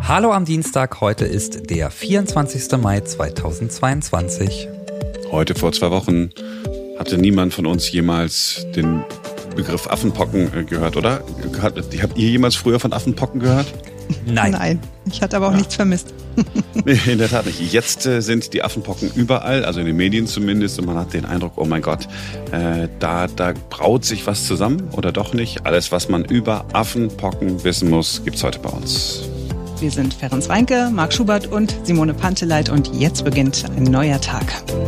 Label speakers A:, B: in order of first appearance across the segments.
A: Hallo am Dienstag, heute ist der 24. Mai 2022.
B: Heute vor 2 Wochen hatte niemand von uns jemals den Begriff Affenpocken gehört, oder? Habt ihr jemals früher von Affenpocken gehört?
C: Nein, ich hatte aber auch nichts vermisst.
B: Nee, in der Tat nicht. Jetzt sind die Affenpocken überall, also in den Medien zumindest, und man hat den Eindruck, oh mein Gott, da braut sich was zusammen oder doch nicht. Alles, was man über Affenpocken wissen muss, gibt's heute bei uns.
C: Wir sind Ferenc Reinke, Marc Schubert und Simone Panteleit und jetzt beginnt ein neuer Tag.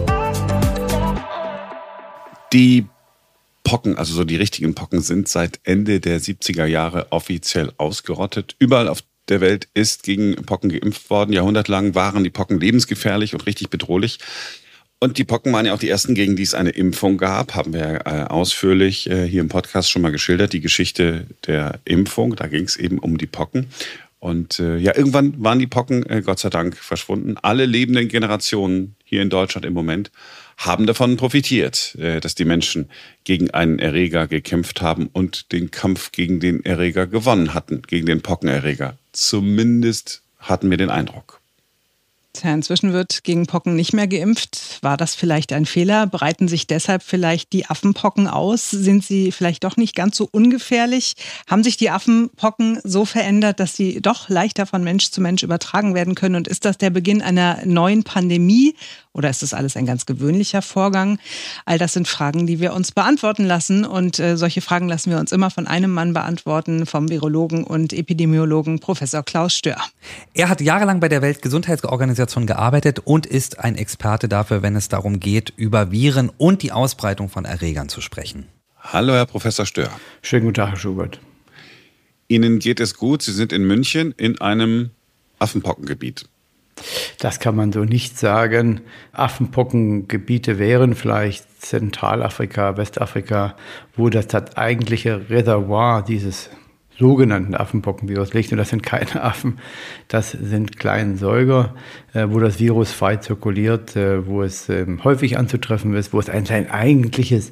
B: Die Pocken, also so die richtigen Pocken, sind seit Ende der 70er Jahre offiziell ausgerottet. Überall auf der Welt ist gegen Pocken geimpft worden. Jahrhundertelang waren die Pocken lebensgefährlich und richtig bedrohlich. Und die Pocken waren ja auch die ersten, gegen die es eine Impfung gab. Haben wir ausführlich hier im Podcast schon mal geschildert, die Geschichte der Impfung. Da ging es eben um die Pocken. Und irgendwann waren die Pocken, Gott sei Dank, verschwunden. Alle lebenden Generationen hier in Deutschland im Moment haben davon profitiert, dass die Menschen gegen einen Erreger gekämpft haben und den Kampf gegen den Erreger gewonnen hatten, gegen den Pockenerreger. Zumindest hatten wir den Eindruck.
C: Tja, inzwischen wird gegen Pocken nicht mehr geimpft. War das vielleicht ein Fehler? Breiten sich deshalb vielleicht die Affenpocken aus? Sind sie vielleicht doch nicht ganz so ungefährlich? Haben sich die Affenpocken so verändert, dass sie doch leichter von Mensch zu Mensch übertragen werden können? Und ist das der Beginn einer neuen Pandemie? Oder ist das alles ein ganz gewöhnlicher Vorgang? All das sind Fragen, die wir uns beantworten lassen. Und solche Fragen lassen wir uns immer von einem Mann beantworten, vom Virologen und Epidemiologen Professor Klaus Stör.
A: Er hat jahrelang bei der Weltgesundheitsorganisation gearbeitet und ist ein Experte dafür, wenn es darum geht, über Viren und die Ausbreitung von Erregern zu sprechen.
B: Hallo, Herr Professor Stör.
D: Schönen guten Tag, Herr Schubert.
B: Ihnen geht es gut. Sie sind in München in einem Affenpockengebiet.
D: Das kann man so nicht sagen. Affenpockengebiete wären vielleicht Zentralafrika, Westafrika, wo das eigentliche Reservoir dieses sogenannten Affenpockenvirus liegt. Und das sind keine Affen, das sind kleine Säuger, wo das Virus frei zirkuliert, wo es häufig anzutreffen ist, wo es ein eigentliches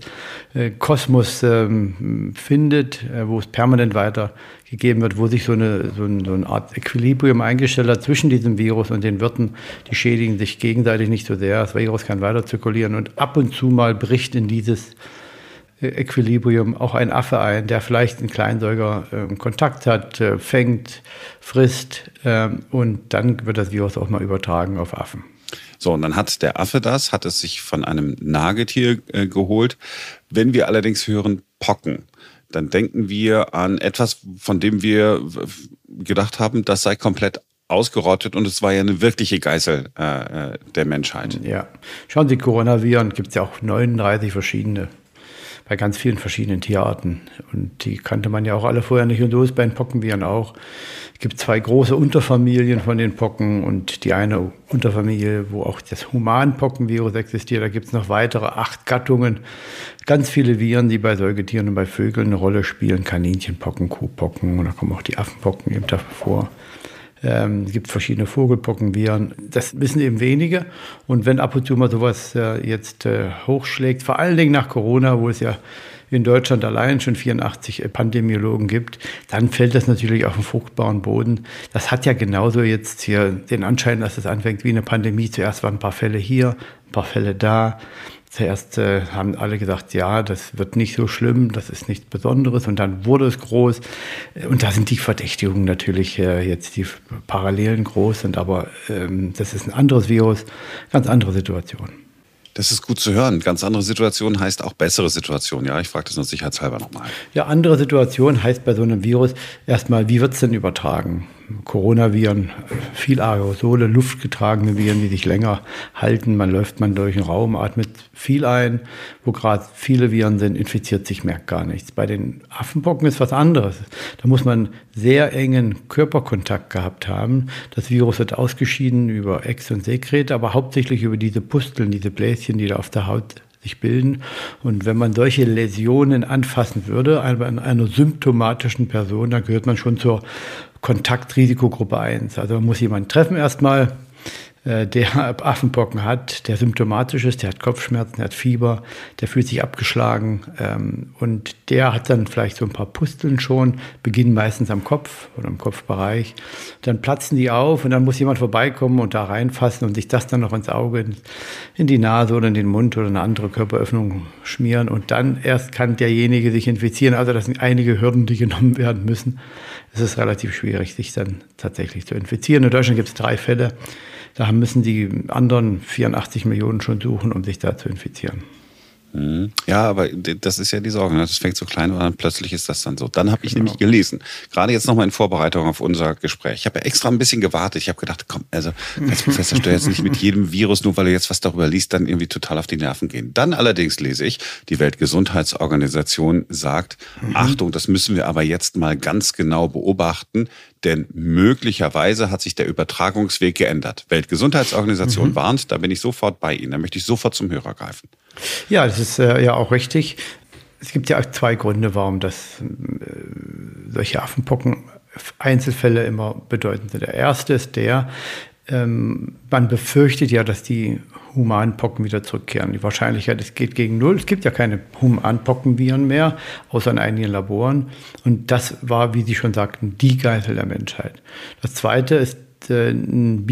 D: Kosmos findet, wo es permanent weitergegeben wird, wo sich so eine Art Equilibrium eingestellt hat zwischen diesem Virus und den Wirten. Die schädigen sich gegenseitig nicht so sehr. Das Virus kann weiter zirkulieren und ab und zu mal bricht in dieses Equilibrium auch ein Affe ein, der vielleicht einen Kleinsäuger Kontakt hat, fängt, frisst und dann wird das Virus auch mal übertragen auf Affen.
B: So, und dann hat der Affe hat es sich von einem Nagetier geholt. Wenn wir allerdings hören Pocken, dann denken wir an etwas, von dem wir gedacht haben, das sei komplett ausgerottet und es war ja eine wirkliche Geißel der Menschheit.
D: Ja, schauen Sie, Coronaviren gibt es ja auch 39 verschiedene. Bei ganz vielen verschiedenen Tierarten. Und die kannte man ja auch alle vorher nicht. Und so ist bei den Pockenviren auch. Es gibt 2 große Unterfamilien von den Pocken und die eine Unterfamilie, wo auch das Humanpockenvirus existiert. Da gibt es noch weitere 8 Gattungen. Ganz viele Viren, die bei Säugetieren und bei Vögeln eine Rolle spielen. Kaninchenpocken, Kuhpocken und da kommen auch die Affenpocken eben dafür vor. Es gibt verschiedene Vogelpockenviren. Das wissen eben wenige. Und wenn ab und zu mal sowas jetzt hochschlägt, vor allen Dingen nach Corona, wo es ja in Deutschland allein schon 84 Pandemiologen gibt, dann fällt das natürlich auf den fruchtbaren Boden. Das hat ja genauso jetzt hier den Anschein, dass es anfängt wie eine Pandemie. Zuerst waren ein paar Fälle hier, ein paar Fälle da. Zuerst haben alle gesagt, ja, das wird nicht so schlimm, das ist nichts Besonderes. Und dann wurde es groß. Und da sind die Verdächtigungen natürlich jetzt die Parallelen groß. Aber das ist ein anderes Virus, ganz andere Situation.
B: Das ist gut zu hören. Ganz andere Situation heißt auch bessere Situation. Ja, ich frage das nur sicherheitshalber nochmal.
D: Ja, andere Situation heißt bei so einem Virus erstmal, wie wird es denn übertragen? Coronaviren, viel Aerosole, luftgetragene Viren, die sich länger halten. Man läuft durch den Raum, atmet viel ein. Wo gerade viele Viren sind, infiziert sich, merkt gar nichts. Bei den Affenpocken ist was anderes. Da muss man sehr engen Körperkontakt gehabt haben. Das Virus wird ausgeschieden über Ex- und Sekret, aber hauptsächlich über diese Pusteln, diese Bläschen, die da auf der Haut sich bilden. Und wenn man solche Läsionen anfassen würde, an einer symptomatischen Person, dann gehört man schon zur Kontaktrisikogruppe 1. Also man muss jemanden treffen erstmal, der Affenpocken hat, der symptomatisch ist, der hat Kopfschmerzen, der hat Fieber, der fühlt sich abgeschlagen und der hat dann vielleicht so ein paar Pusteln schon, beginnen meistens am Kopf oder im Kopfbereich. Dann platzen die auf und dann muss jemand vorbeikommen und da reinfassen und sich das dann noch ins Auge, in die Nase oder in den Mund oder eine andere Körperöffnung schmieren und dann erst kann derjenige sich infizieren. Also das sind einige Hürden, die genommen werden müssen. Es ist relativ schwierig, sich dann tatsächlich zu infizieren. In Deutschland gibt es 3 Fälle. Da müssen die anderen 84 Millionen schon suchen, um sich da zu infizieren.
B: Ja, aber das ist ja die Sorge. Das fängt so klein an und dann plötzlich ist das dann so. Dann habe ich nämlich gelesen, gerade jetzt nochmal in Vorbereitung auf unser Gespräch. Ich habe ja extra ein bisschen gewartet. Ich habe gedacht, komm, also als Professor Stör jetzt nicht mit jedem Virus, nur weil er jetzt was darüber liest, dann irgendwie total auf die Nerven gehen. Dann allerdings lese ich, die Weltgesundheitsorganisation sagt, Achtung, das müssen wir aber jetzt mal ganz genau beobachten, denn möglicherweise hat sich der Übertragungsweg geändert. Weltgesundheitsorganisation warnt, da bin ich sofort bei Ihnen. Da möchte ich sofort zum Hörer greifen.
D: Ja, das ist ja auch richtig. Es gibt ja 2 Gründe, warum solche Affenpocken Einzelfälle immer bedeutend sind. Der erste ist man befürchtet ja, dass die Humanpocken wieder zurückkehren. Die Wahrscheinlichkeit, es geht gegen 0. Es gibt ja keine Humanpockenviren mehr, außer in einigen Laboren. Und das war, wie Sie schon sagten, die Geißel der Menschheit. Das zweite ist ein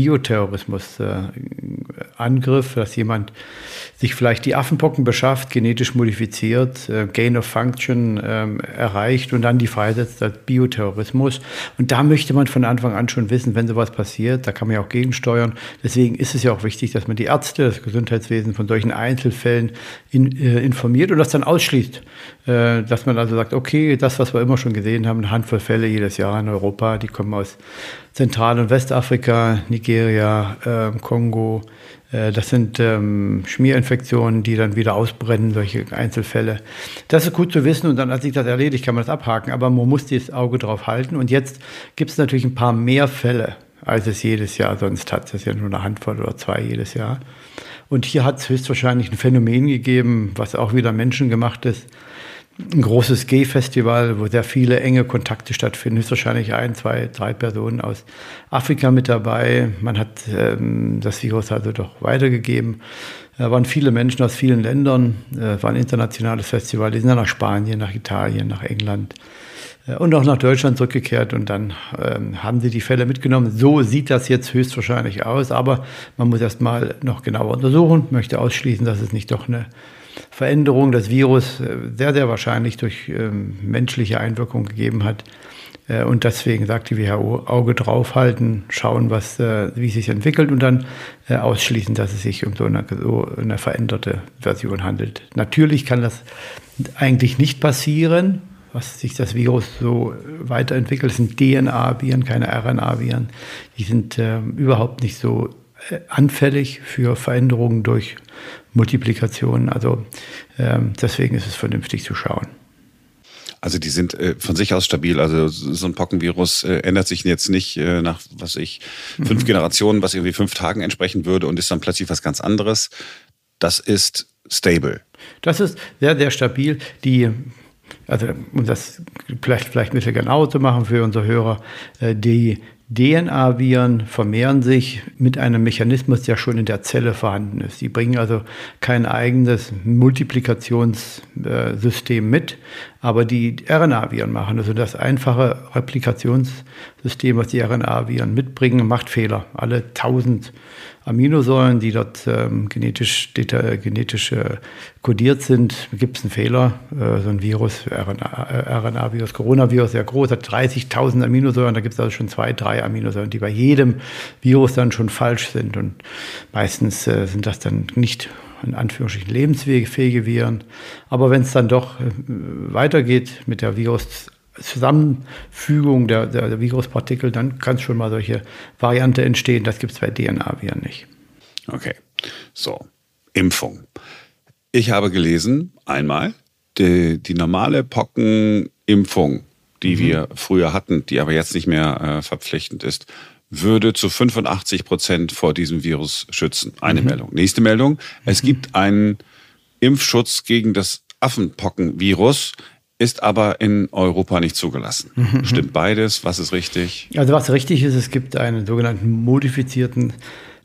D: Bioterrorismus-Angriff, dass jemand sich vielleicht die Affenpocken beschafft, genetisch modifiziert, Gain of Function erreicht und dann die freisetzt als Bioterrorismus. Und da möchte man von Anfang an schon wissen, wenn sowas passiert, da kann man ja auch gegensteuern. Deswegen ist es ja auch wichtig, dass man die Ärzte, das Gesundheitswesen von solchen Einzelfällen informiert und das dann ausschließt. Dass man also sagt, okay, das, was wir immer schon gesehen haben, eine Handvoll Fälle jedes Jahr in Europa, die kommen aus Zentral- und Westafrika, Nigeria, Kongo. Das sind Schmierinfektionen, die dann wieder ausbrennen, solche Einzelfälle. Das ist gut zu wissen und dann, als sich das erledigt, kann man das abhaken. Aber man muss das Auge drauf halten. Und jetzt gibt es natürlich ein paar mehr Fälle, als es jedes Jahr sonst hat. Das ist ja nur eine Handvoll oder 2 jedes Jahr. Und hier hat es höchstwahrscheinlich ein Phänomen gegeben, was auch wieder menschengemacht ist. Ein großes Gay-Festival, wo sehr viele enge Kontakte stattfinden. Höchstwahrscheinlich 1, 2, 3 Personen aus Afrika mit dabei. Man hat das Virus also doch weitergegeben. Da waren viele Menschen aus vielen Ländern. Es war ein internationales Festival. Die sind dann nach Spanien, nach Italien, nach England und auch nach Deutschland zurückgekehrt. Und dann haben sie die Fälle mitgenommen. So sieht das jetzt höchstwahrscheinlich aus. Aber man muss erst mal noch genauer untersuchen. Ich möchte ausschließen, dass es nicht doch eine Veränderung des Virus sehr, sehr wahrscheinlich durch menschliche Einwirkung gegeben hat. Und deswegen sagt die WHO, Auge draufhalten, schauen, wie es sich entwickelt und dann ausschließen, dass es sich um so eine veränderte Version handelt. Natürlich kann das eigentlich nicht passieren, was sich das Virus so weiterentwickelt. Das sind DNA-Viren, keine RNA-Viren. Die sind überhaupt nicht so anfällig für Veränderungen durch Multiplikation. Also deswegen ist es vernünftig zu schauen.
B: Also die sind von sich aus stabil. Also so ein Pockenvirus ändert sich jetzt nicht nach, 5 Generationen, was irgendwie 5 Tagen entsprechen würde und ist dann plötzlich was ganz anderes. Das ist stable.
D: Das ist sehr, sehr stabil. Um das vielleicht ein bisschen genauer zu machen für unsere Hörer, die DNA-Viren vermehren sich mit einem Mechanismus, der schon in der Zelle vorhanden ist. Die bringen also kein eigenes Multiplikationssystem mit, aber die RNA-Viren machen. Also das einfache Replikationssystem, was die RNA-Viren mitbringen, macht Fehler. Alle 1000 Aminosäuren, die dort genetisch kodiert sind, gibt es einen Fehler. So ein Virus, RNA-Virus, Coronavirus, sehr groß, hat 30.000 Aminosäuren. Da gibt es also schon 2, 3 Aminosäuren, die bei jedem Virus dann schon falsch sind. Und meistens sind das dann nicht in Anführungsstrichen lebensfähige Viren. Aber wenn es dann doch weitergeht mit der Zusammenfügung der Viruspartikel, dann kann schon mal solche Variante entstehen. Das gibt es bei DNA-Viren nicht.
B: Okay, so, Impfung. Ich habe gelesen, einmal, die normale Pockenimpfung, die wir früher hatten, die aber jetzt nicht mehr verpflichtend ist, würde zu 85% vor diesem Virus schützen. Eine Meldung. Nächste Meldung, es gibt einen Impfschutz gegen das Affenpockenvirus, ist aber in Europa nicht zugelassen. Stimmt beides? Was ist richtig?
D: Also was richtig ist, es gibt einen sogenannten modifizierten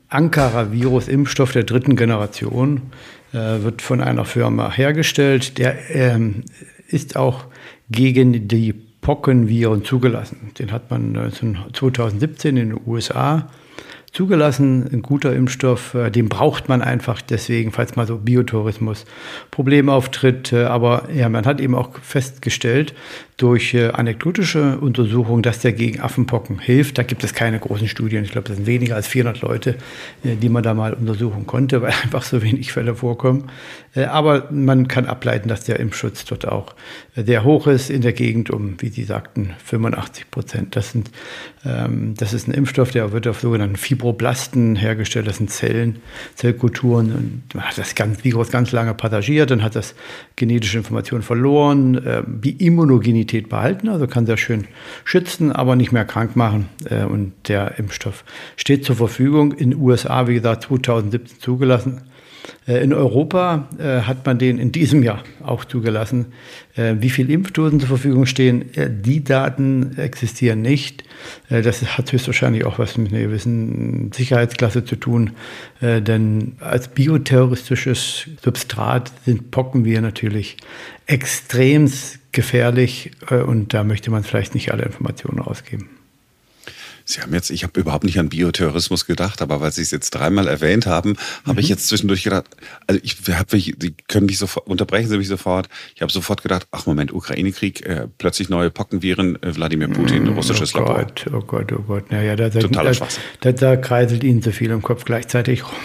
D: Ankara-Virus-Impfstoff der 3. Generation, wird von einer Firma hergestellt. Der ist auch gegen die Pockenviren zugelassen. Den hat man 2017 in den USA zugelassen, ein guter Impfstoff, den braucht man einfach deswegen, falls mal so Biotourismus Problem auftritt. Aber ja, man hat eben auch festgestellt, durch anekdotische Untersuchungen, dass der gegen Affenpocken hilft. Da gibt es keine großen Studien. Ich glaube, das sind weniger als 400 Leute, die man da mal untersuchen konnte, weil einfach so wenig Fälle vorkommen. Aber man kann ableiten, dass der Impfschutz dort auch sehr hoch ist, in der Gegend um, wie Sie sagten, 85%. Das ist ein Impfstoff, der wird auf sogenannten Fibroblasten hergestellt. Das sind Zellkulturen. Und man hat das Virus ganz lange passagiert, dann hat das genetische Informationen verloren, die Immunogenität behalten, also kann sehr schön schützen, aber nicht mehr krank machen. Und der Impfstoff steht zur Verfügung. In den USA, wie gesagt, 2017 zugelassen. In Europa hat man den in diesem Jahr auch zugelassen. Wie viele Impfdosen zur Verfügung stehen, die Daten existieren nicht. Das hat höchstwahrscheinlich auch was mit einer gewissen Sicherheitsklasse zu tun. Denn als bioterroristisches Substrat sind Pockenviren natürlich extrem gefährlich. Und da möchte man vielleicht nicht alle Informationen rausgeben.
B: Ich habe überhaupt nicht an Bioterrorismus gedacht, aber weil Sie es jetzt 3-mal erwähnt haben, habe ich jetzt zwischendurch gedacht, also Sie können mich sofort, unterbrechen Sie mich sofort. Ich habe sofort gedacht, ach Moment, Ukraine-Krieg, plötzlich neue Pockenviren, Wladimir Putin, russisches Labor.
D: Oh Gott. Naja,
B: totaler Schwachsinn.
D: Da kreiselt Ihnen zu viel im Kopf gleichzeitig rum.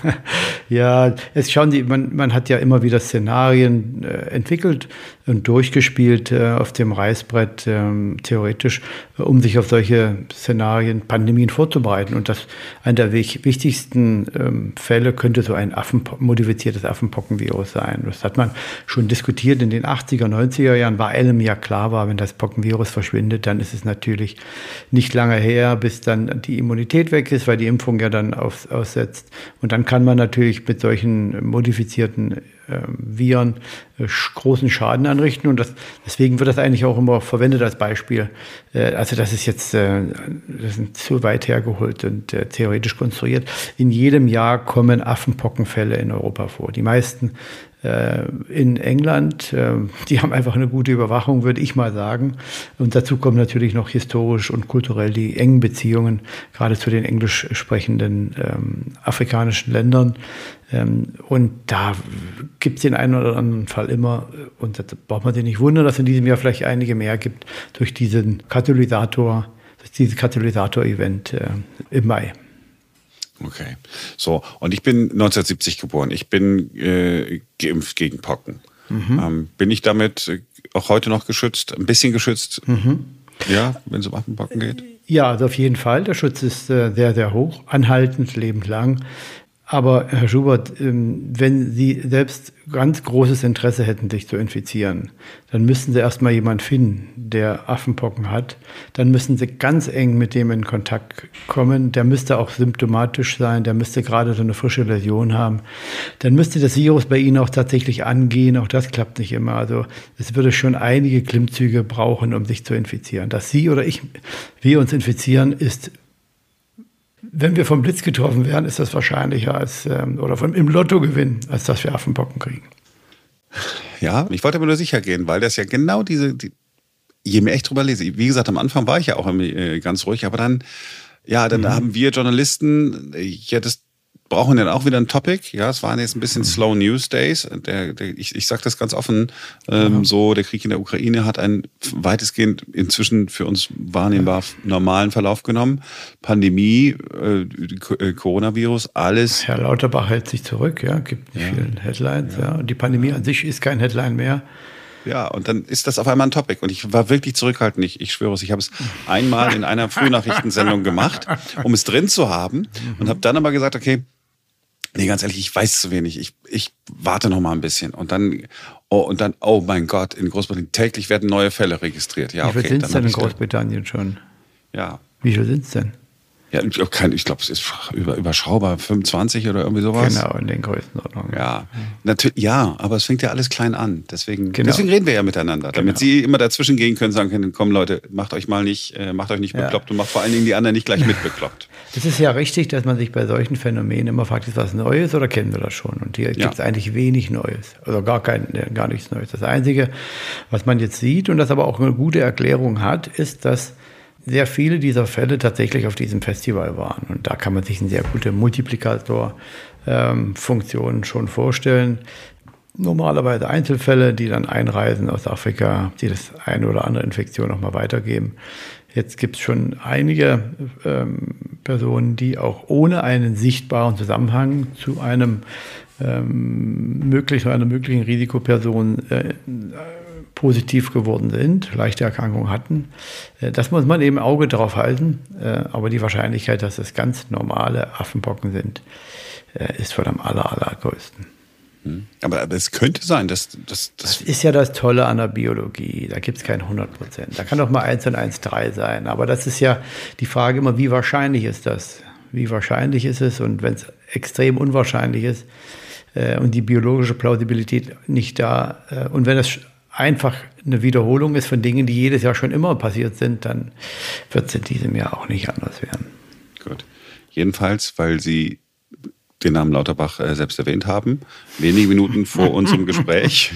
D: Ja, schauen Sie, man hat ja immer wieder Szenarien entwickelt und durchgespielt auf dem Reißbrett, theoretisch, um sich auf solche Szenarien, Pandemien vorzubereiten. Und einer der wichtigsten Fälle könnte so ein modifiziertes Affenpockenvirus sein. Das hat man schon diskutiert in den 80er, 90er Jahren, weil einem ja klar war, wenn das Pockenvirus verschwindet, dann ist es natürlich nicht lange her, bis dann die Immunität weg ist, weil die Impfung ja dann aussetzt. Und dann kann man natürlich mit solchen modifizierten Viren großen Schaden anrichten. Und deswegen wird das eigentlich auch immer verwendet als Beispiel. Also das ist jetzt das ist zu weit hergeholt und theoretisch konstruiert. In jedem Jahr kommen Affenpockenfälle in Europa vor. Die meisten in England, die haben einfach eine gute Überwachung, würde ich mal sagen. Und dazu kommen natürlich noch historisch und kulturell die engen Beziehungen, gerade zu den englisch sprechenden afrikanischen Ländern. Und da gibt es den einen oder anderen Fall immer, und da braucht man sich nicht wundern, dass es in diesem Jahr vielleicht einige mehr gibt durch dieses Katalysator-Event im Mai.
B: Okay, so, und ich bin 1970 geboren. Ich bin geimpft gegen Pocken. Bin ich damit auch heute noch geschützt? Ein bisschen geschützt? Ja, wenn es um Affenpocken geht?
D: Ja, also auf jeden Fall. Der Schutz ist sehr, sehr hoch, anhaltend, lebenslang. Aber Herr Schubert, wenn Sie selbst ganz großes Interesse hätten, sich zu infizieren, dann müssten Sie erstmal jemanden finden, der Affenpocken hat. Dann müssen Sie ganz eng mit dem in Kontakt kommen. Der müsste auch symptomatisch sein, der müsste gerade so eine frische Läsion haben. Dann müsste das Virus bei Ihnen auch tatsächlich angehen. Auch das klappt nicht immer. Also es würde schon einige Klimmzüge brauchen, um sich zu infizieren. Dass Sie oder wir uns infizieren, ist, wenn wir vom Blitz getroffen werden, ist das wahrscheinlicher als im Lotto gewinnen, als dass wir Affenpocken kriegen.
B: Ja, ich wollte aber nur sicher gehen, weil das ja genau je mehr ich drüber lese, wie gesagt, am Anfang war ich ja auch ganz ruhig, aber dann haben wir Journalisten, das brauchen dann auch wieder ein Topic. Ja, es waren jetzt ein bisschen Slow News Days. Ich sage das ganz offen, der Krieg in der Ukraine hat einen weitestgehend inzwischen für uns wahrnehmbar normalen Verlauf genommen. Pandemie, Coronavirus, alles.
D: Herr Lauterbach hält sich zurück, gibt nicht viele Headlines. Ja. Und die Pandemie an sich ist kein Headline mehr.
B: Ja, und dann ist das auf einmal ein Topic. Und ich war wirklich zurückhaltend. Ich schwöre es, ich habe es einmal in einer Frühnachrichtensendung gemacht, um es drin zu haben. Und habe dann aber gesagt, okay, nee, ganz ehrlich, ich weiß zu wenig. Ich warte noch mal ein bisschen. Und dann, oh mein Gott, in Großbritannien täglich werden neue Fälle registriert. Ja,
D: wie viel sind es denn in Großbritannien schon?
B: Ja.
D: Wie viel sind es denn?
B: Ja, ich glaube, es ist überschaubar, 25 oder irgendwie sowas.
D: Genau, in den Größenordnungen.
B: Ja, natürlich, ja, aber es fängt ja alles klein an. Deswegen reden wir ja miteinander, damit
D: Genau.
B: Sie immer dazwischen gehen können, sagen können, komm Leute, macht euch nicht bekloppt und macht vor allen Dingen die anderen nicht gleich mit bekloppt.
D: Es ist ja richtig, dass man sich bei solchen Phänomenen immer fragt, ist was Neues oder kennen wir das schon? Und hier gibt es eigentlich wenig Neues, also gar nichts Neues. Das Einzige, was man jetzt sieht und das aber auch eine gute Erklärung hat, ist, dass sehr viele dieser Fälle tatsächlich auf diesem Festival waren. Und da kann man sich eine sehr gute Multiplikator-Funktion schon vorstellen. Normalerweise Einzelfälle, die dann einreisen aus Afrika, die das eine oder andere Infektion nochmal weitergeben. Jetzt gibt es schon einige Personen, die auch ohne einen sichtbaren Zusammenhang zu einer möglichen Risikoperson positiv geworden sind, leichte Erkrankungen hatten. Das muss man eben im Auge drauf halten. Aber die Wahrscheinlichkeit, dass es ganz normale Affenpocken sind, ist wohl am allergrößten.
B: Aber es könnte sein, dass
D: das ist ja das Tolle an der Biologie. Da gibt es kein 100%. Da kann doch mal 1 und 1 3 sein. Aber das ist ja die Frage immer, wie wahrscheinlich ist das? Wie wahrscheinlich ist es? Und wenn es extrem unwahrscheinlich ist und die biologische Plausibilität nicht da und wenn es einfach eine Wiederholung ist von Dingen, die jedes Jahr schon immer passiert sind, dann wird es in diesem Jahr auch nicht anders werden.
B: Gut. Jedenfalls, weil Sie den Namen Lauterbach selbst erwähnt haben, wenige Minuten vor unserem Gespräch,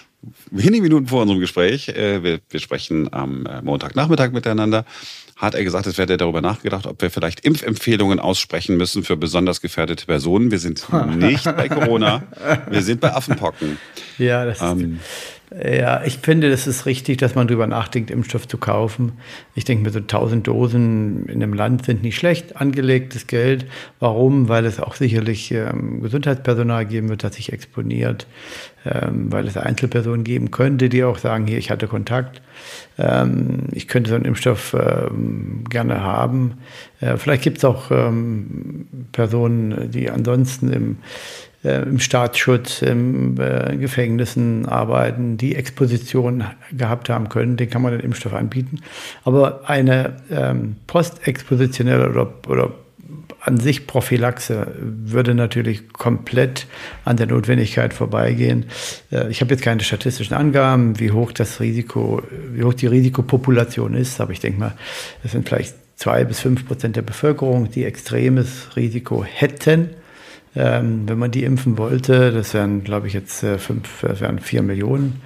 B: wir sprechen am Montagnachmittag miteinander, hat er gesagt, es werde darüber nachgedacht, ob wir vielleicht Impfempfehlungen aussprechen müssen für besonders gefährdete Personen. Wir sind nicht bei Corona, wir sind bei Affenpocken.
D: Ja, ja, ich finde, das ist richtig, dass man darüber nachdenkt, Impfstoff zu kaufen. Ich denke mir, so 1000 Dosen in einem Land sind nicht schlecht angelegtes Geld. Warum? Weil es auch sicherlich Gesundheitspersonal geben wird, das sich exponiert, weil es Einzelpersonen geben könnte, die auch sagen, hier, ich hatte Kontakt, ich könnte so einen Impfstoff gerne haben. Vielleicht gibt es auch Personen, die ansonsten im Staatsschutz, in Gefängnissen arbeiten, die Exposition gehabt haben können, den kann man den Impfstoff anbieten. Aber eine postexpositionelle oder an sich Prophylaxe würde natürlich komplett an der Notwendigkeit vorbeigehen. Ich habe jetzt keine statistischen Angaben, wie hoch die Risikopopulation ist, aber ich denke mal, das sind vielleicht 2-5% der Bevölkerung, die extremes Risiko hätten. Wenn man die impfen wollte, das wären, glaube ich, jetzt 4 Millionen.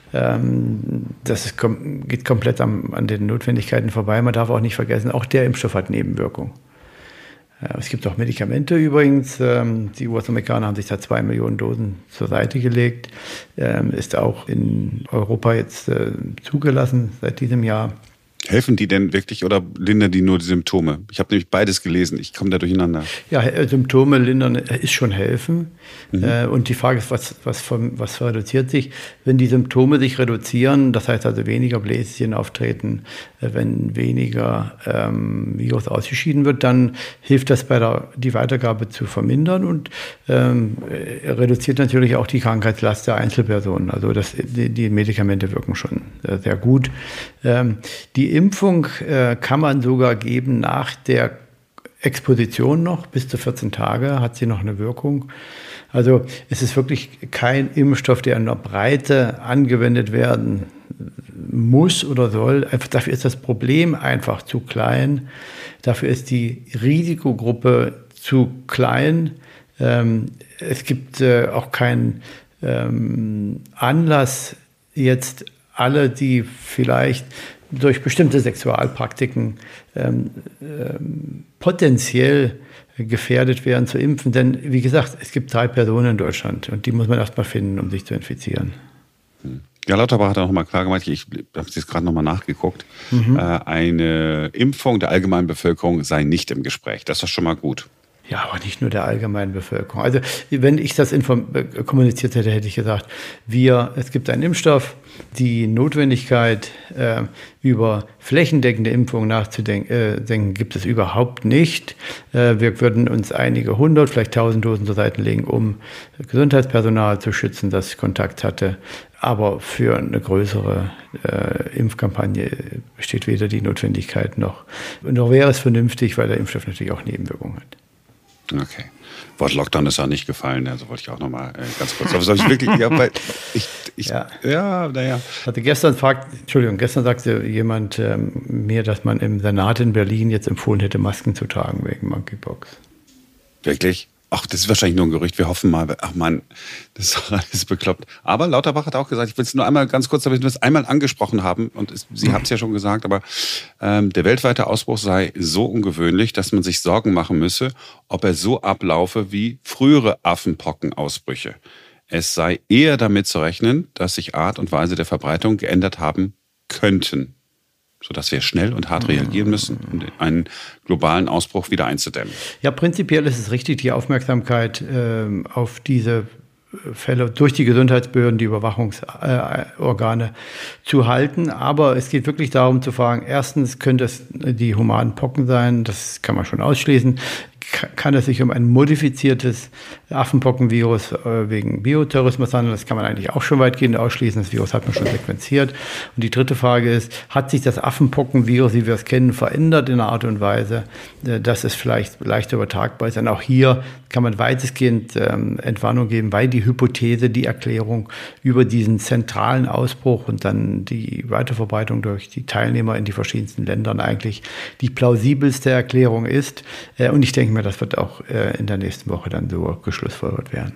D: Das geht komplett an den Notwendigkeiten vorbei. Man darf auch nicht vergessen, auch der Impfstoff hat Nebenwirkungen. Es gibt auch Medikamente übrigens. Die US-Amerikaner haben sich da 2 Millionen Dosen zur Seite gelegt. Ist auch in Europa jetzt zugelassen seit diesem Jahr.
B: Helfen die denn wirklich oder lindern die nur die Symptome? Ich habe nämlich beides gelesen, ich komme da durcheinander.
D: Ja, Symptome lindern ist schon helfen. Und die Frage ist, was reduziert sich? Wenn die Symptome sich reduzieren, das heißt also weniger Bläschen auftreten, wenn weniger Virus ausgeschieden wird, dann hilft das die Weitergabe zu vermindern und reduziert natürlich auch die Krankheitslast der Einzelpersonen. Also die Medikamente wirken schon sehr gut. Die Impfung kann man sogar geben nach der Exposition noch, bis zu 14 Tage hat sie noch eine Wirkung. Also es ist wirklich kein Impfstoff, der in der Breite angewendet werden muss oder soll. Dafür ist das Problem einfach zu klein. Dafür ist die Risikogruppe zu klein. Es gibt auch keinen Anlass, jetzt alle, die vielleicht durch bestimmte Sexualpraktiken potenziell gefährdet werden, zu impfen. Denn, wie gesagt, es gibt 3 Personen in Deutschland und die muss man erst mal finden, um sich zu infizieren.
B: Ja, Lauterbach hat auch noch mal klar gemacht, ich habe es jetzt gerade noch mal nachgeguckt, eine Impfung der allgemeinen Bevölkerung sei nicht im Gespräch. Das ist schon mal gut.
D: Ja, aber nicht nur der allgemeinen Bevölkerung. Also wenn ich das kommuniziert hätte, hätte ich gesagt, es gibt einen Impfstoff, die Notwendigkeit, über flächendeckende Impfungen nachzudenken, gibt es überhaupt nicht. Wir würden uns einige 100, vielleicht 1000 Dosen zur Seite legen, um Gesundheitspersonal zu schützen, das Kontakt hatte. Aber für eine größere Impfkampagne besteht weder die Notwendigkeit noch wäre es vernünftig, weil der Impfstoff natürlich auch Nebenwirkungen hat.
B: Okay. Wort Lockdown ist ja nicht gefallen, also wollte ich auch nochmal ganz kurz. Aber soll ich wirklich, naja.
D: Also gestern sagte jemand mir, dass man im Senat in Berlin jetzt empfohlen hätte, Masken zu tragen wegen Monkeypox.
B: Wirklich? Ach, das ist wahrscheinlich nur ein Gerücht. Wir hoffen mal. Ach Mann, das ist doch alles bekloppt. Aber Lauterbach hat auch gesagt, ich will es nur einmal ganz kurz, damit wir es einmal angesprochen haben, und Sie haben es ja schon gesagt, aber der weltweite Ausbruch sei so ungewöhnlich, dass man sich Sorgen machen müsse, ob er so ablaufe wie frühere Affenpockenausbrüche. Es sei eher damit zu rechnen, dass sich Art und Weise der Verbreitung geändert haben könnten, sodass wir schnell und hart reagieren müssen, um einen globalen Ausbruch wieder einzudämmen.
D: Ja, prinzipiell ist es richtig, die Aufmerksamkeit auf diese Fälle durch die Gesundheitsbehörden, die Überwachungsorgane zu halten. Aber es geht wirklich darum zu fragen, erstens könnte es die humanen Pocken sein, das kann man schon ausschließen. Kann es sich um ein modifiziertes Affenpockenvirus wegen Bioterrorismus handeln? Das kann man eigentlich auch schon weitgehend ausschließen. Das Virus hat man schon sequenziert. Und die dritte Frage ist, hat sich das Affenpockenvirus, wie wir es kennen, verändert in einer Art und Weise, dass es vielleicht leichter übertragbar ist? Und auch hier kann man weitestgehend Entwarnung geben, weil die Hypothese, die Erklärung über diesen zentralen Ausbruch und dann die Weiterverbreitung durch die Teilnehmer in die verschiedensten Ländern eigentlich die plausibelste Erklärung ist. Und ich denke mir, das wird auch in der nächsten Woche dann so geschlussfolgert werden.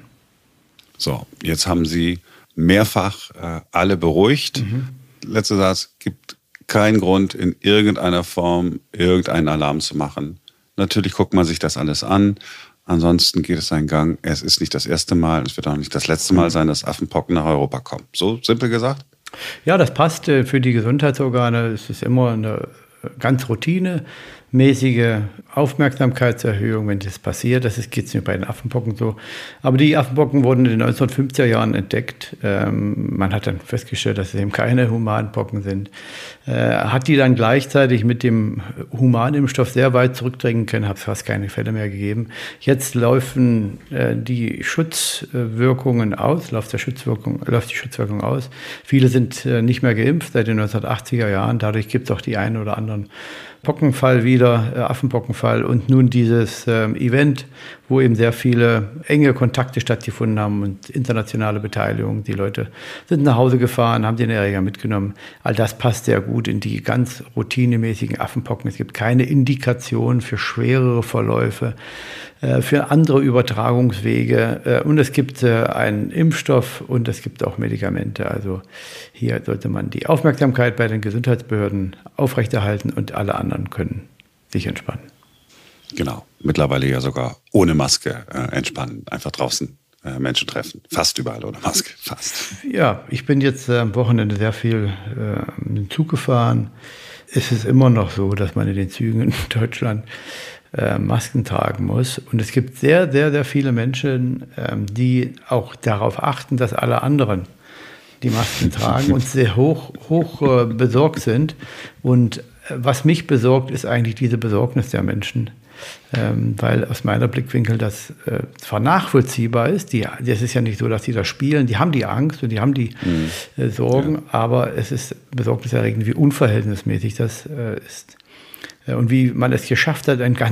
B: So, jetzt haben Sie mehrfach alle beruhigt. Letzter Satz, gibt keinen Grund, in irgendeiner Form irgendeinen Alarm zu machen. Natürlich guckt man sich das alles an. Ansonsten geht es seinen Gang. Es ist nicht das erste Mal, es wird auch nicht das letzte Mal sein, dass Affenpocken nach Europa kommen. So simpel gesagt?
D: Ja, das passt für die Gesundheitsorgane. Es ist immer eine ganz routinemäßige Aufmerksamkeitserhöhung, wenn das passiert. Das geht es mir bei den Affenpocken so. Aber die Affenpocken wurden in den 1950er Jahren entdeckt. Man hat dann festgestellt, dass es eben keine Humanpocken sind. Hat die dann gleichzeitig mit dem Humanimpfstoff sehr weit zurückdrängen können, hat es fast keine Fälle mehr gegeben. Jetzt laufen die Schutzwirkungen aus, läuft die Schutzwirkung aus. Viele sind nicht mehr geimpft seit den 1980er Jahren. Dadurch gibt es auch die einen oder anderen Pockenfall wieder, Affenpockenfall, und nun dieses Event, wo eben sehr viele enge Kontakte stattgefunden haben und internationale Beteiligung. Die Leute sind nach Hause gefahren, haben den Erreger mitgenommen. All das passt sehr gut in die ganz routinemäßigen Affenpocken. Es gibt keine Indikation für schwerere Verläufe, für andere Übertragungswege, und es gibt einen Impfstoff und es gibt auch Medikamente. Also hier sollte man die Aufmerksamkeit bei den Gesundheitsbehörden aufrechterhalten und alle anderen können sich entspannen.
B: Genau, mittlerweile ja sogar ohne Maske entspannen, einfach draußen Menschen treffen. Fast überall ohne Maske, fast.
D: Ja, ich bin jetzt am Wochenende sehr viel mit dem Zug gefahren. Es ist immer noch so, dass man in den Zügen in Deutschland Masken tragen muss. Und es gibt sehr, sehr, sehr viele Menschen, die auch darauf achten, dass alle anderen die Masken tragen und sehr hoch besorgt sind. Und was mich besorgt, ist eigentlich diese Besorgnis der Menschen, weil aus meiner Blickwinkel das zwar nachvollziehbar ist, das ist ja nicht so, dass die da spielen, die haben die Angst und die haben die Sorgen, aber es ist besorgniserregend, wie unverhältnismäßig das ist. Und wie man es geschafft hat, eine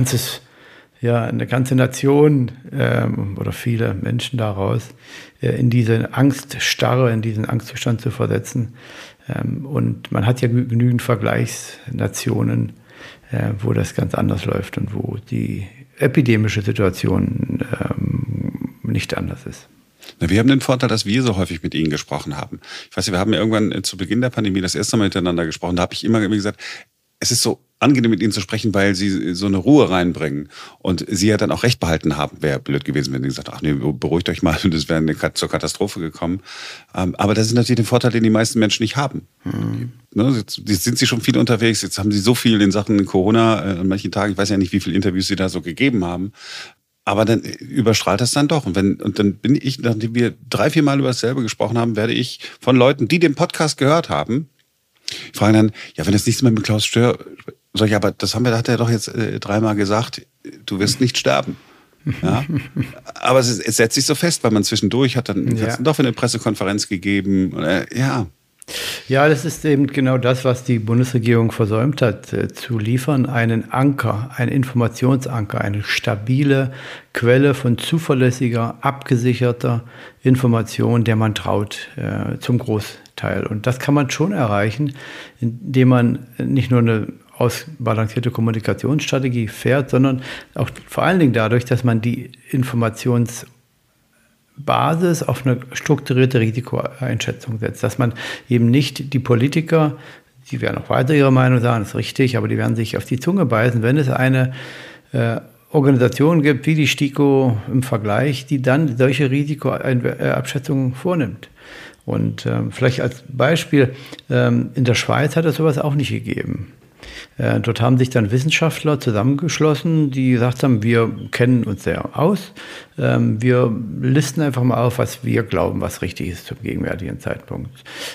D: ganze Nation oder viele Menschen daraus in diese Angststarre, in diesen Angstzustand zu versetzen. Und man hat ja genügend Vergleichsnationen, wo das ganz anders läuft und wo die epidemische Situation nicht anders ist.
B: Wir haben den Vorteil, dass wir so häufig mit Ihnen gesprochen haben. Ich weiß nicht, wir haben ja irgendwann zu Beginn der Pandemie das erste Mal miteinander gesprochen. Da habe ich immer gesagt, es ist so angenehm, mit Ihnen zu sprechen, weil Sie so eine Ruhe reinbringen. Und Sie ja dann auch recht behalten haben. Wäre blöd gewesen, wenn Sie gesagt ach nee, beruhigt euch mal, und es wäre zur Katastrophe gekommen. Aber das ist natürlich der Vorteil, den die meisten Menschen nicht haben. Jetzt sind Sie schon viel unterwegs, jetzt haben Sie so viel in Sachen Corona an manchen Tagen. Ich weiß ja nicht, wie viele Interviews Sie da so gegeben haben. Aber dann überstrahlt das dann doch. Und dann bin ich, nachdem wir 3-4 Mal über dasselbe gesprochen haben, werde ich von Leuten, die den Podcast gehört haben, fragen dann, ja, wenn das nichts mehr mit Klaus Stör, sag ich, aber hat er doch jetzt 3-mal gesagt, du wirst nicht sterben. Ja? Aber es setzt sich so fest, weil man zwischendurch hat dann doch eine Pressekonferenz gegeben. Ja.
D: Ja, das ist eben genau das, was die Bundesregierung versäumt hat, zu liefern, einen Anker, einen Informationsanker, eine stabile Quelle von zuverlässiger, abgesicherter Information, der man traut, zum Großteil. Und das kann man schon erreichen, indem man nicht nur eine ausbalancierte Kommunikationsstrategie fährt, sondern auch vor allen Dingen dadurch, dass man die Informationsbasis auf eine strukturierte Risikoeinschätzung setzt, dass man eben nicht die Politiker, die werden auch weiter ihre Meinung sagen, das ist richtig, aber die werden sich auf die Zunge beißen, wenn es eine Organisation gibt, wie die STIKO im Vergleich, die dann solche Risikoabschätzungen vornimmt. Und vielleicht als Beispiel, in der Schweiz hat es sowas auch nicht gegeben. Dort haben sich dann Wissenschaftler zusammengeschlossen, die gesagt haben, wir kennen uns sehr aus. Wir listen einfach mal auf, was wir glauben, was richtig ist zum gegenwärtigen Zeitpunkt.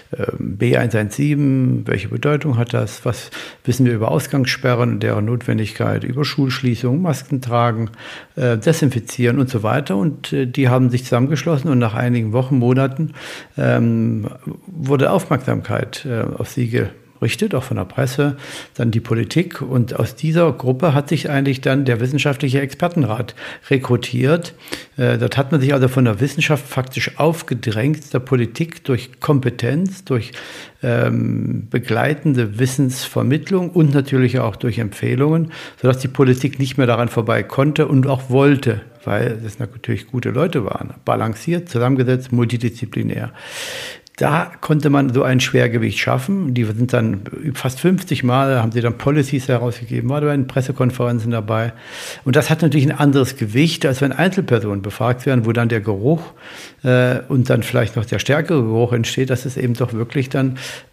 D: B117, welche Bedeutung hat das? Was wissen wir über Ausgangssperren und deren Notwendigkeit, über Schulschließungen, Masken tragen, desinfizieren und so weiter. Und die haben sich zusammengeschlossen und nach einigen Wochen, Monaten wurde Aufmerksamkeit auf sie gerichtet, auch von der Presse, dann die Politik. Und aus dieser Gruppe hat sich eigentlich dann der wissenschaftliche Expertenrat rekrutiert. Dort hat man sich also von der Wissenschaft faktisch aufgedrängt, der Politik durch Kompetenz, durch begleitende Wissensvermittlung und natürlich auch durch Empfehlungen, sodass die Politik nicht mehr daran vorbei konnte und auch wollte, weil das natürlich gute Leute waren, balanciert, zusammengesetzt, multidisziplinär. Da konnte man so ein Schwergewicht schaffen. Die sind dann fast 50 Mal, haben sie dann Policies herausgegeben, war bei den Pressekonferenzen dabei. Und das hat natürlich ein anderes Gewicht, als wenn Einzelpersonen befragt werden, wo dann der Geruch und dann vielleicht noch der stärkere Geruch entsteht, dass es eben doch wirklich dann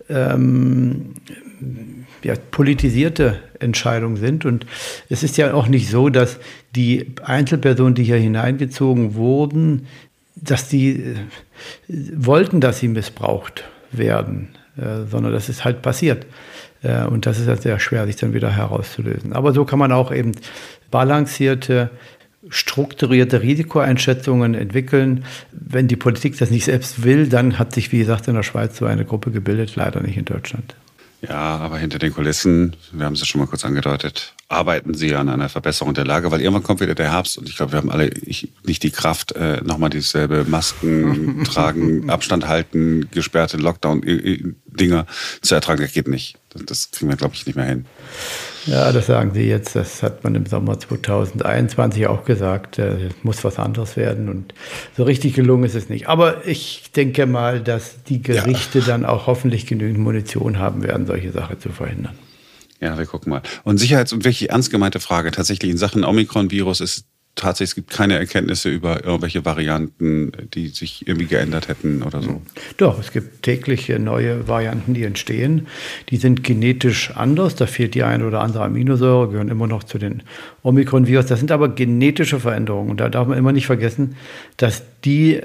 D: politisierte Entscheidungen sind. Und es ist ja auch nicht so, dass die Einzelpersonen, die hier hineingezogen wurden, dass die wollten, dass sie missbraucht werden, sondern das ist halt passiert. Und das ist halt sehr schwer, sich dann wieder herauszulösen. Aber so kann man auch eben balancierte, strukturierte Risikoeinschätzungen entwickeln. Wenn die Politik das nicht selbst will, dann hat sich, wie gesagt, in der Schweiz so eine Gruppe gebildet, leider nicht in Deutschland.
B: Ja, aber hinter den Kulissen, wir haben es ja schon mal kurz angedeutet, arbeiten Sie an einer Verbesserung der Lage, weil irgendwann kommt wieder der Herbst und ich glaube, wir haben alle nicht die Kraft, nochmal dieselbe Masken tragen, Abstand halten, gesperrte Lockdown-Dinger zu ertragen. Das geht nicht. Das kriegen wir, glaube ich, nicht mehr hin.
D: Ja, das sagen Sie jetzt. Das hat man im Sommer 2021 auch gesagt. Es muss was anderes werden und so richtig gelungen ist es nicht. Aber ich denke mal, dass die Gerichte dann auch hoffentlich genügend Munition haben werden, solche Sachen zu verhindern.
B: Ja, wir gucken mal. Und und wirklich ernst gemeinte Frage. Tatsächlich in Sachen Omikron-Virus ist tatsächlich, es gibt keine Erkenntnisse über irgendwelche Varianten, die sich irgendwie geändert hätten oder so.
D: Doch, es gibt täglich neue Varianten, die entstehen. Die sind genetisch anders. Da fehlt die eine oder andere Aminosäure, gehören immer noch zu den Omikron-Virus. Das sind aber genetische Veränderungen. Und da darf man immer nicht vergessen, dass die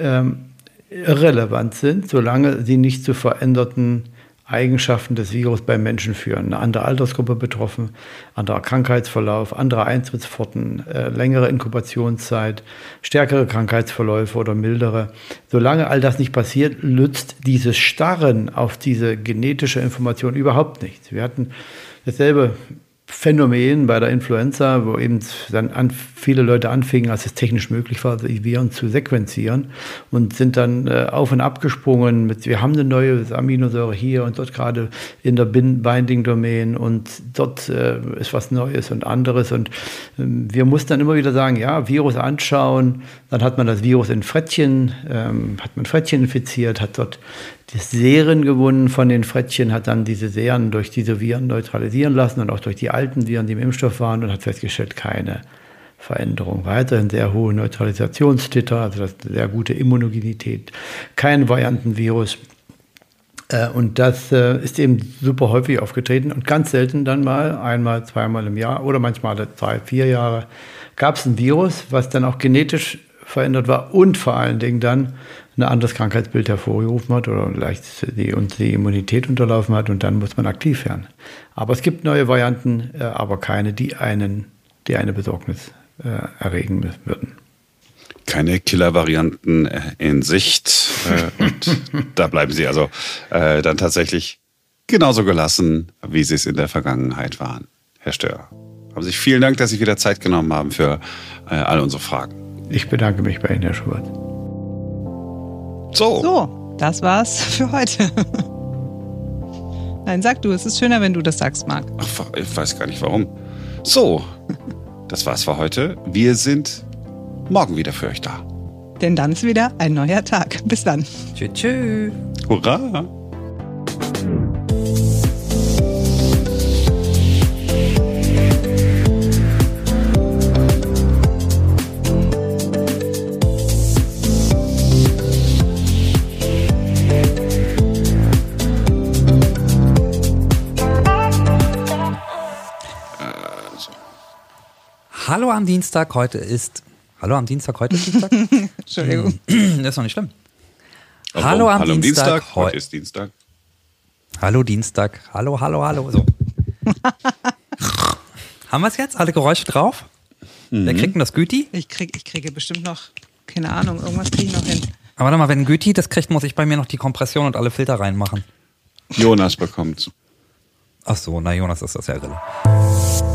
D: irrelevant sind, solange sie nicht zu veränderten Eigenschaften des Virus beim Menschen führen. Eine andere Altersgruppe betroffen, anderer Krankheitsverlauf, andere Eintrittspforten, längere Inkubationszeit, stärkere Krankheitsverläufe oder mildere. Solange all das nicht passiert, nützt dieses Starren auf diese genetische Information überhaupt nichts. Wir hatten dasselbe Phänomen bei der Influenza, wo eben dann viele Leute anfingen, als es technisch möglich war, die Viren zu sequenzieren und sind dann auf und ab gesprungen mit, wir haben eine neue Aminosäure hier und dort gerade in der Binding-Domain und dort ist was Neues und anderes und wir mussten dann immer wieder sagen, ja, Virus anschauen, dann hat man das Virus in Frettchen, hat man Frettchen infiziert, hat dort das Seren gewonnen von den Frettchen, hat dann diese Seren durch diese Viren neutralisieren lassen und auch durch die alten Viren, die im Impfstoff waren und hat festgestellt, keine Veränderung. Weiterhin sehr hohe Neutralisationstitter, also das sehr gute Immunogenität, kein Variantenvirus. Und das ist eben super häufig aufgetreten und ganz selten dann mal, einmal, zweimal im Jahr oder manchmal alle 3, 4 Jahre, gab es ein Virus, was dann auch genetisch verändert war und vor allen Dingen dann ein anderes Krankheitsbild hervorgerufen hat oder leicht die Immunität unterlaufen hat und dann muss man aktiv werden. Aber es gibt neue Varianten, aber keine, die eine Besorgnis erregen würden.
B: Keine Killer-Varianten in Sicht und da bleiben Sie also dann tatsächlich genauso gelassen, wie Sie es in der Vergangenheit waren. Herr Stör, haben Sie vielen Dank, dass Sie wieder Zeit genommen haben für all unsere Fragen.
D: Ich bedanke mich bei Ihnen, Herr Schubert.
C: So, das war's für heute. Nein, sag du, es ist schöner, wenn du das sagst, Marc.
B: Ach, ich weiß gar nicht warum. So, das war's für heute. Wir sind morgen wieder für euch da.
C: Denn dann ist wieder ein neuer Tag. Bis dann.
A: Tschüss.
B: Hurra!
A: Hallo am Dienstag, heute ist Dienstag?
C: Entschuldigung.
A: Das ist doch nicht schlimm. Hallo am Dienstag,
B: heute ist Dienstag.
A: Hallo Dienstag, hallo. So. Haben wir es jetzt? Alle Geräusche drauf? Wer kriegt denn das Güti?
C: Ich kriege bestimmt noch, keine Ahnung, irgendwas kriege ich noch hin.
A: Aber warte mal, wenn ein Güti das kriegt, muss ich bei mir noch die Kompression und alle Filter reinmachen.
B: Jonas bekommt's.
A: Ach so, na Jonas ist das ja irre.